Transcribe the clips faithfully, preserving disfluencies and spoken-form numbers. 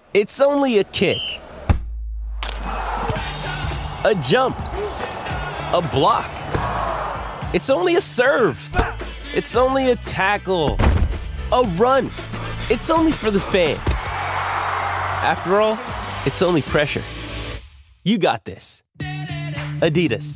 It's only a kick, a jump, a block. It's only a serve. It's only a tackle, a run. It's only for the fans. After all, it's only pressure. You got this. Adidas.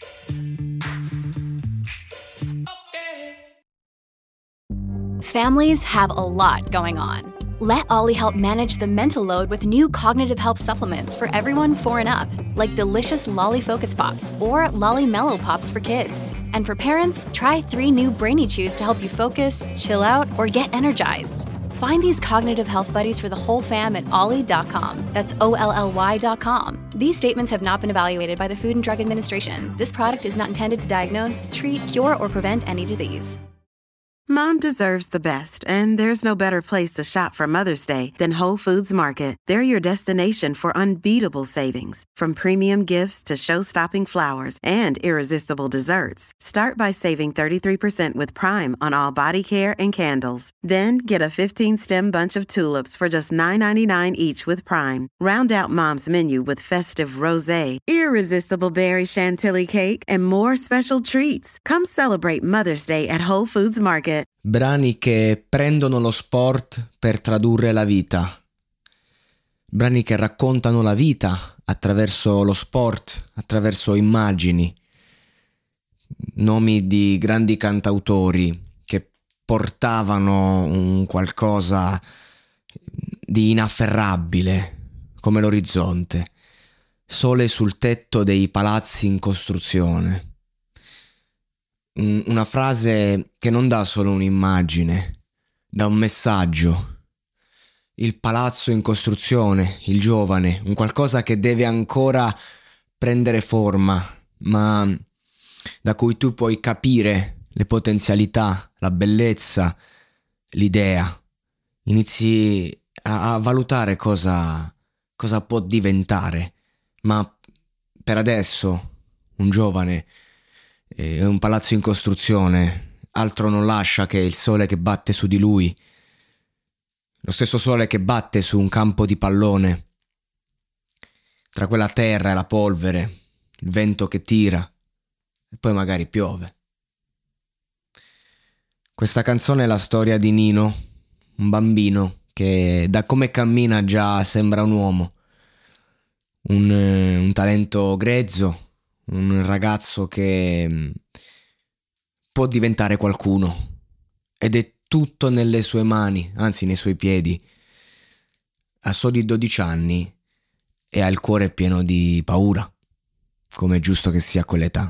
Families have a lot going on. Let Ollie help manage the mental load with new cognitive help supplements for everyone four and up, like delicious Lolly Focus Pops or Lolly Mellow Pops for kids. And for parents, try three new Brainy Chews to help you focus, chill out, or get energized. Find these cognitive health buddies for the whole fam at ollie dot com. That's O L L Y dot com. These statements have not been evaluated by the Food and Drug Administration. This product is not intended to diagnose, treat, cure, or prevent any disease. Mom deserves the best, and there's no better place to shop for Mother's Day than Whole Foods Market. They're your destination for unbeatable savings, from premium gifts to show-stopping flowers and irresistible desserts. Start by saving thirty-three percent with Prime on all body care and candles. Then get a fifteen-stem bunch of tulips for just nine ninety-nine each with Prime. Round out Mom's menu with festive rosé, irresistible berry chantilly cake, and more special treats. Come celebrate Mother's Day at Whole Foods Market. Brani che prendono lo sport per tradurre la vita. Brani che raccontano la vita attraverso lo sport, attraverso immagini. Nomi di grandi cantautori che portavano un qualcosa di inafferrabile come l'orizzonte. Sole sul tetto dei palazzi in costruzione. Una frase che non dà solo un'immagine, dà un messaggio. Il palazzo in costruzione, il giovane, un qualcosa che deve ancora prendere forma, ma da cui tu puoi capire le potenzialità, la bellezza, l'idea. Inizi a, a valutare cosa, cosa può diventare, ma per adesso un giovane è un palazzo in costruzione, altro non lascia che il sole che batte su di lui, lo stesso sole che batte su un campo di pallone, tra quella terra e la polvere, il vento che tira e poi magari piove. Questa canzone è la storia di Nino, un bambino che da come cammina già sembra un uomo, un, un talento grezzo, un ragazzo che può diventare qualcuno ed è tutto nelle sue mani, anzi nei suoi piedi. Ha soli dodici anni e ha il cuore pieno di paura, come è giusto che sia a quell'età.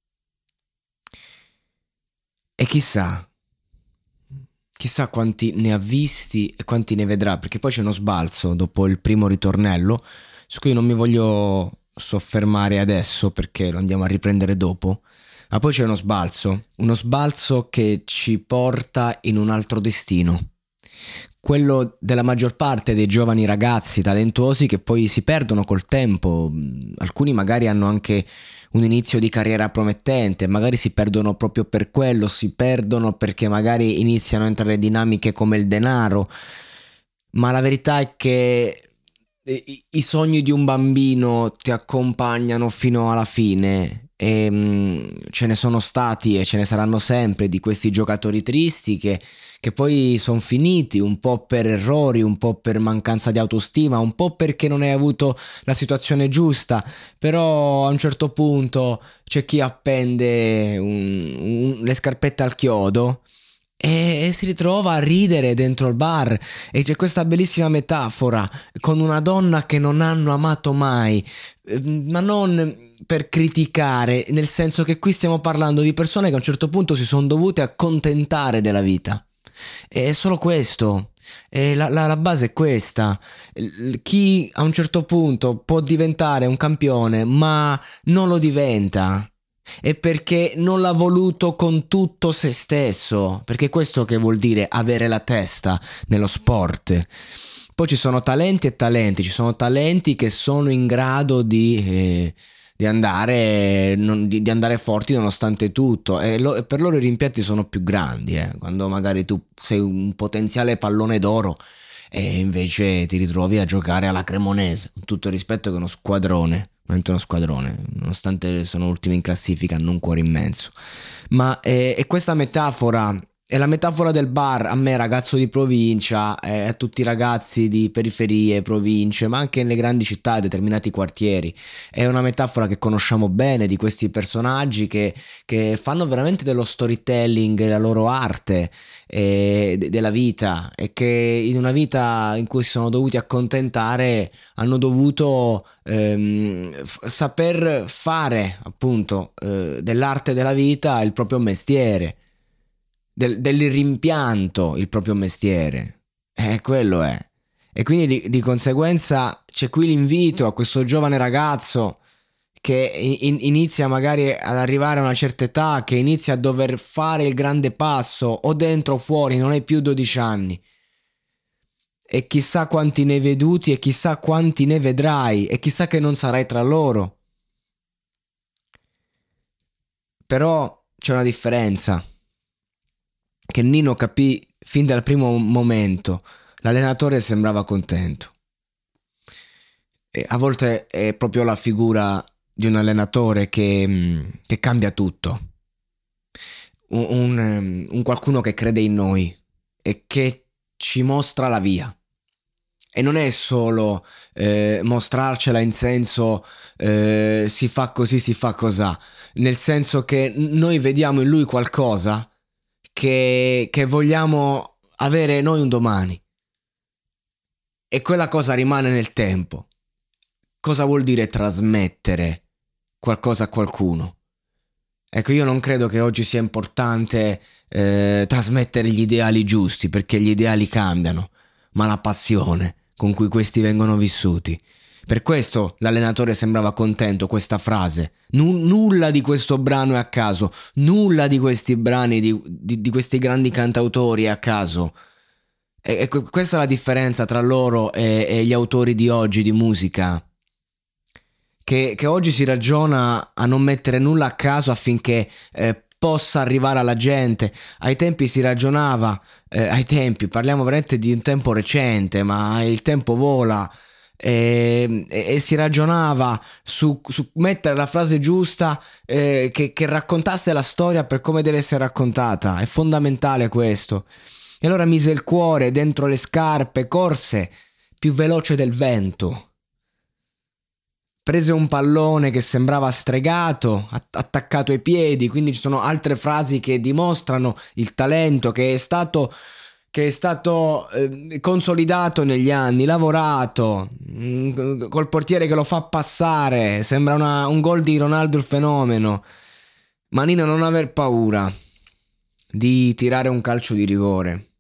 E chissà, chissà quanti ne ha visti e quanti ne vedrà, perché poi c'è uno sbalzo dopo il primo ritornello, su cui non mi voglio soffermare adesso perché lo andiamo a riprendere dopo, ma poi c'è uno sbalzo, uno sbalzo che ci porta in un altro destino, quello della maggior parte dei giovani ragazzi talentuosi che poi si perdono col tempo. Alcuni magari hanno anche un inizio di carriera promettente, magari si perdono proprio per quello, si perdono perché magari iniziano a entrare dinamiche come il denaro, ma la verità è che I, i sogni di un bambino ti accompagnano fino alla fine e mh, ce ne sono stati e ce ne saranno sempre di questi giocatori tristi che, che poi sono finiti un po' per errori, un po' per mancanza di autostima, un po' perché non hai avuto la situazione giusta, però a un certo punto c'è chi appende un, un, le scarpette al chiodo e si ritrova a ridere dentro il bar, e c'è questa bellissima metafora con una donna che non hanno amato mai, ma non per criticare, nel senso che qui stiamo parlando di persone che a un certo punto si sono dovute accontentare della vita. È solo questo, e la, la, la base è questa. Chi a un certo punto può diventare un campione ma non lo diventa è perché non l'ha voluto con tutto se stesso, perché questo che vuol dire avere la testa nello sport. Poi ci sono talenti e talenti, ci sono talenti che sono in grado di, eh, di, andare, non, di, di andare forti nonostante tutto, e, lo, e per loro i rimpianti sono più grandi, eh. Quando magari tu sei un potenziale pallone d'oro e invece ti ritrovi a giocare alla Cremonese, con tutto il rispetto che è uno squadrone, veramente uno squadrone, nonostante sono ultimi in classifica, hanno un cuore immenso. Ma è, è questa metafora, è la metafora del bar, a me ragazzo di provincia, eh, a tutti i ragazzi di periferie, province, ma anche nelle grandi città, determinati quartieri. È una metafora che conosciamo bene di questi personaggi che, che fanno veramente dello storytelling la loro arte eh, de- della vita, e che in una vita in cui si sono dovuti accontentare hanno dovuto ehm, f- saper fare appunto eh, dell'arte della vita il proprio mestiere. Del, del rimpianto il proprio mestiere, eh, quello è. E quindi di, di conseguenza c'è qui l'invito a questo giovane ragazzo che in, inizia magari ad arrivare a una certa età, che inizia a dover fare il grande passo o dentro o fuori, non hai più dodici anni, e chissà quanti ne hai veduti e chissà quanti ne vedrai e chissà che non sarai tra loro. Però c'è una differenza che Nino capì fin dal primo momento. L'allenatore sembrava contento, e a volte è proprio la figura di un allenatore che, che cambia tutto, un, un, un qualcuno che crede in noi e che ci mostra la via. E non è solo eh, mostrarcela in senso eh, si fa così, si fa cosà, nel senso che noi vediamo in lui qualcosa Che, che vogliamo avere noi un domani, e quella cosa rimane nel tempo. Cosa vuol dire trasmettere qualcosa a qualcuno? Ecco, io non credo che oggi sia importante eh, trasmettere gli ideali giusti, perché gli ideali cambiano, ma la passione con cui questi vengono vissuti. Per questo l'allenatore sembrava contento, questa frase. N- nulla di questo brano è a caso, nulla di questi brani, di, di, di questi grandi cantautori è a caso. E, e questa è la differenza tra loro e, e gli autori di oggi di musica. Che, che oggi si ragiona a non mettere nulla a caso affinché eh, possa arrivare alla gente. Ai tempi si ragionava, eh, ai tempi, parliamo veramente di un tempo recente, ma il tempo vola. E, e, e si ragionava su, su mettere la frase giusta eh, che, che raccontasse la storia per come deve essere raccontata. È fondamentale questo. E allora mise il cuore dentro le scarpe, corse più veloce del vento, prese un pallone che sembrava stregato, att- attaccato ai piedi. Quindi ci sono altre frasi che dimostrano il talento che è stato che è stato eh, consolidato negli anni, lavorato, mh, col portiere che lo fa passare, sembra una, un gol di Ronaldo il fenomeno. Ma Nino, non aver paura di tirare un calcio di rigore.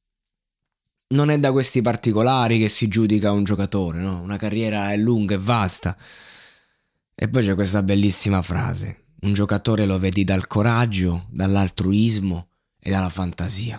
Non è da questi particolari che si giudica un giocatore, no? Una carriera è lunga e vasta. E poi c'è questa bellissima frase: un giocatore lo vedi dal coraggio, dall'altruismo e dalla fantasia.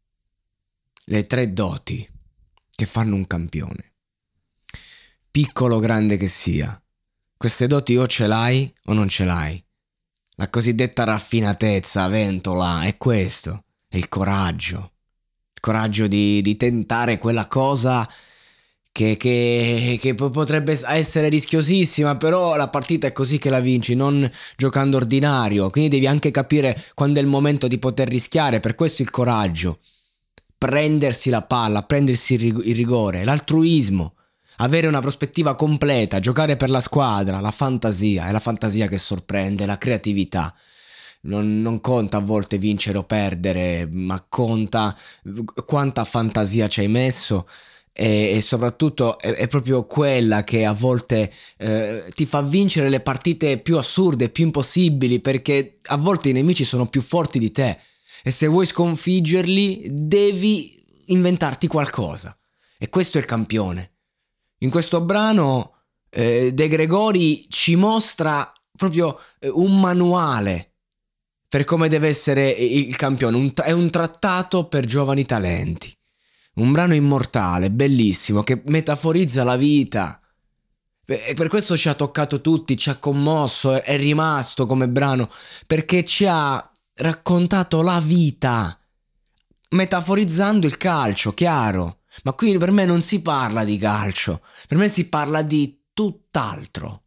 Le tre doti che fanno un campione, piccolo o grande che sia. Queste doti o ce l'hai o non ce l'hai. La cosiddetta raffinatezza, ventola, è questo, è il coraggio. Il coraggio di, di tentare quella cosa che, che, che potrebbe essere rischiosissima, però la partita è così che la vinci, non giocando ordinario. Quindi devi anche capire quando è il momento di poter rischiare, per questo il coraggio. Prendersi la palla, prendersi il rigore, l'altruismo, avere una prospettiva completa, giocare per la squadra, la fantasia, è la fantasia che sorprende, la creatività. Non, non conta a volte vincere o perdere, ma conta quanta fantasia ci hai messo, e, e soprattutto è, è proprio quella che a volte eh, ti fa vincere le partite più assurde, più impossibili, perché a volte i nemici sono più forti di te. E se vuoi sconfiggerli devi inventarti qualcosa. E questo è il campione. In questo brano eh, De Gregori ci mostra proprio eh, un manuale per come deve essere il campione. Un tra- è un trattato per giovani talenti. Un brano immortale, bellissimo, che metaforizza la vita. E per questo ci ha toccato tutti, ci ha commosso, è rimasto come brano, perché ci ha raccontato la vita, metaforizzando il calcio, chiaro. Ma qui per me non si parla di calcio, per me si parla di tutt'altro.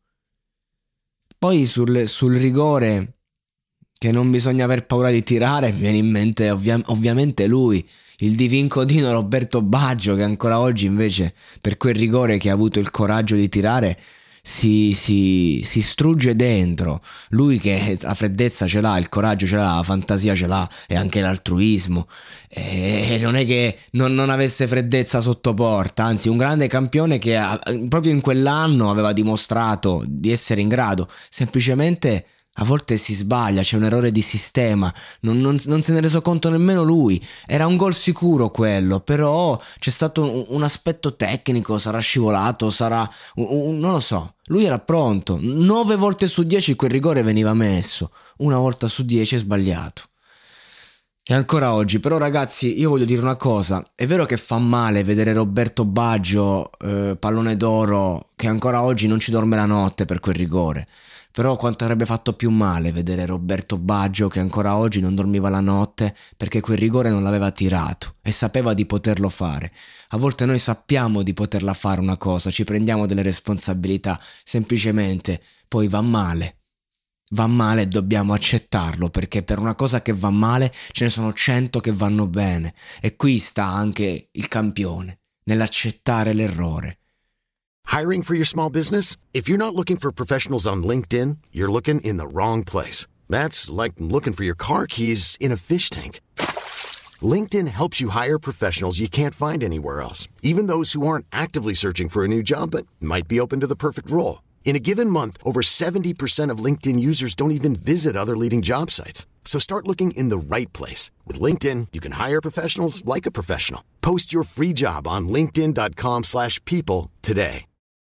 Poi sul, sul rigore, che non bisogna aver paura di tirare, mi viene in mente ovvia- ovviamente lui, il divincodino Roberto Baggio, che ancora oggi invece per quel rigore che ha avuto il coraggio di tirare si, si, si strugge dentro. Lui che la freddezza ce l'ha, il coraggio ce l'ha, la fantasia ce l'ha e anche l'altruismo, e non è che non, non avesse freddezza sotto porta, anzi un grande campione che ha, proprio in quell'anno aveva dimostrato di essere in grado. Semplicemente a volte si sbaglia, c'è un errore di sistema, non, non, non se ne è reso conto nemmeno lui. Era un gol sicuro quello, però c'è stato un, un aspetto tecnico, sarà scivolato, sarà... Un, un, non lo so, lui era pronto, nove volte su dieci quel rigore veniva messo, una volta su dieci è sbagliato. E ancora oggi, però ragazzi, io voglio dire una cosa, è vero che fa male vedere Roberto Baggio, eh, pallone d'oro, che ancora oggi non ci dorme la notte per quel rigore. Però quanto avrebbe fatto più male vedere Roberto Baggio che ancora oggi non dormiva la notte perché quel rigore non l'aveva tirato e sapeva di poterlo fare. A volte noi sappiamo di poterla fare una cosa, ci prendiamo delle responsabilità, semplicemente poi va male. Va male e dobbiamo accettarlo, perché per una cosa che va male ce ne sono cento che vanno bene, e qui sta anche il campione, nell'accettare l'errore. Hiring for your small business? If you're not looking for professionals on LinkedIn, you're looking in the wrong place. That's like looking for your car keys in a fish tank. LinkedIn helps you hire professionals you can't find anywhere else, even those who aren't actively searching for a new job but might be open to the perfect role. In a given month, over seventy percent of LinkedIn users don't even visit other leading job sites. So start looking in the right place. With LinkedIn, you can hire professionals like a professional. Post your free job on linkedin dot com slash people today.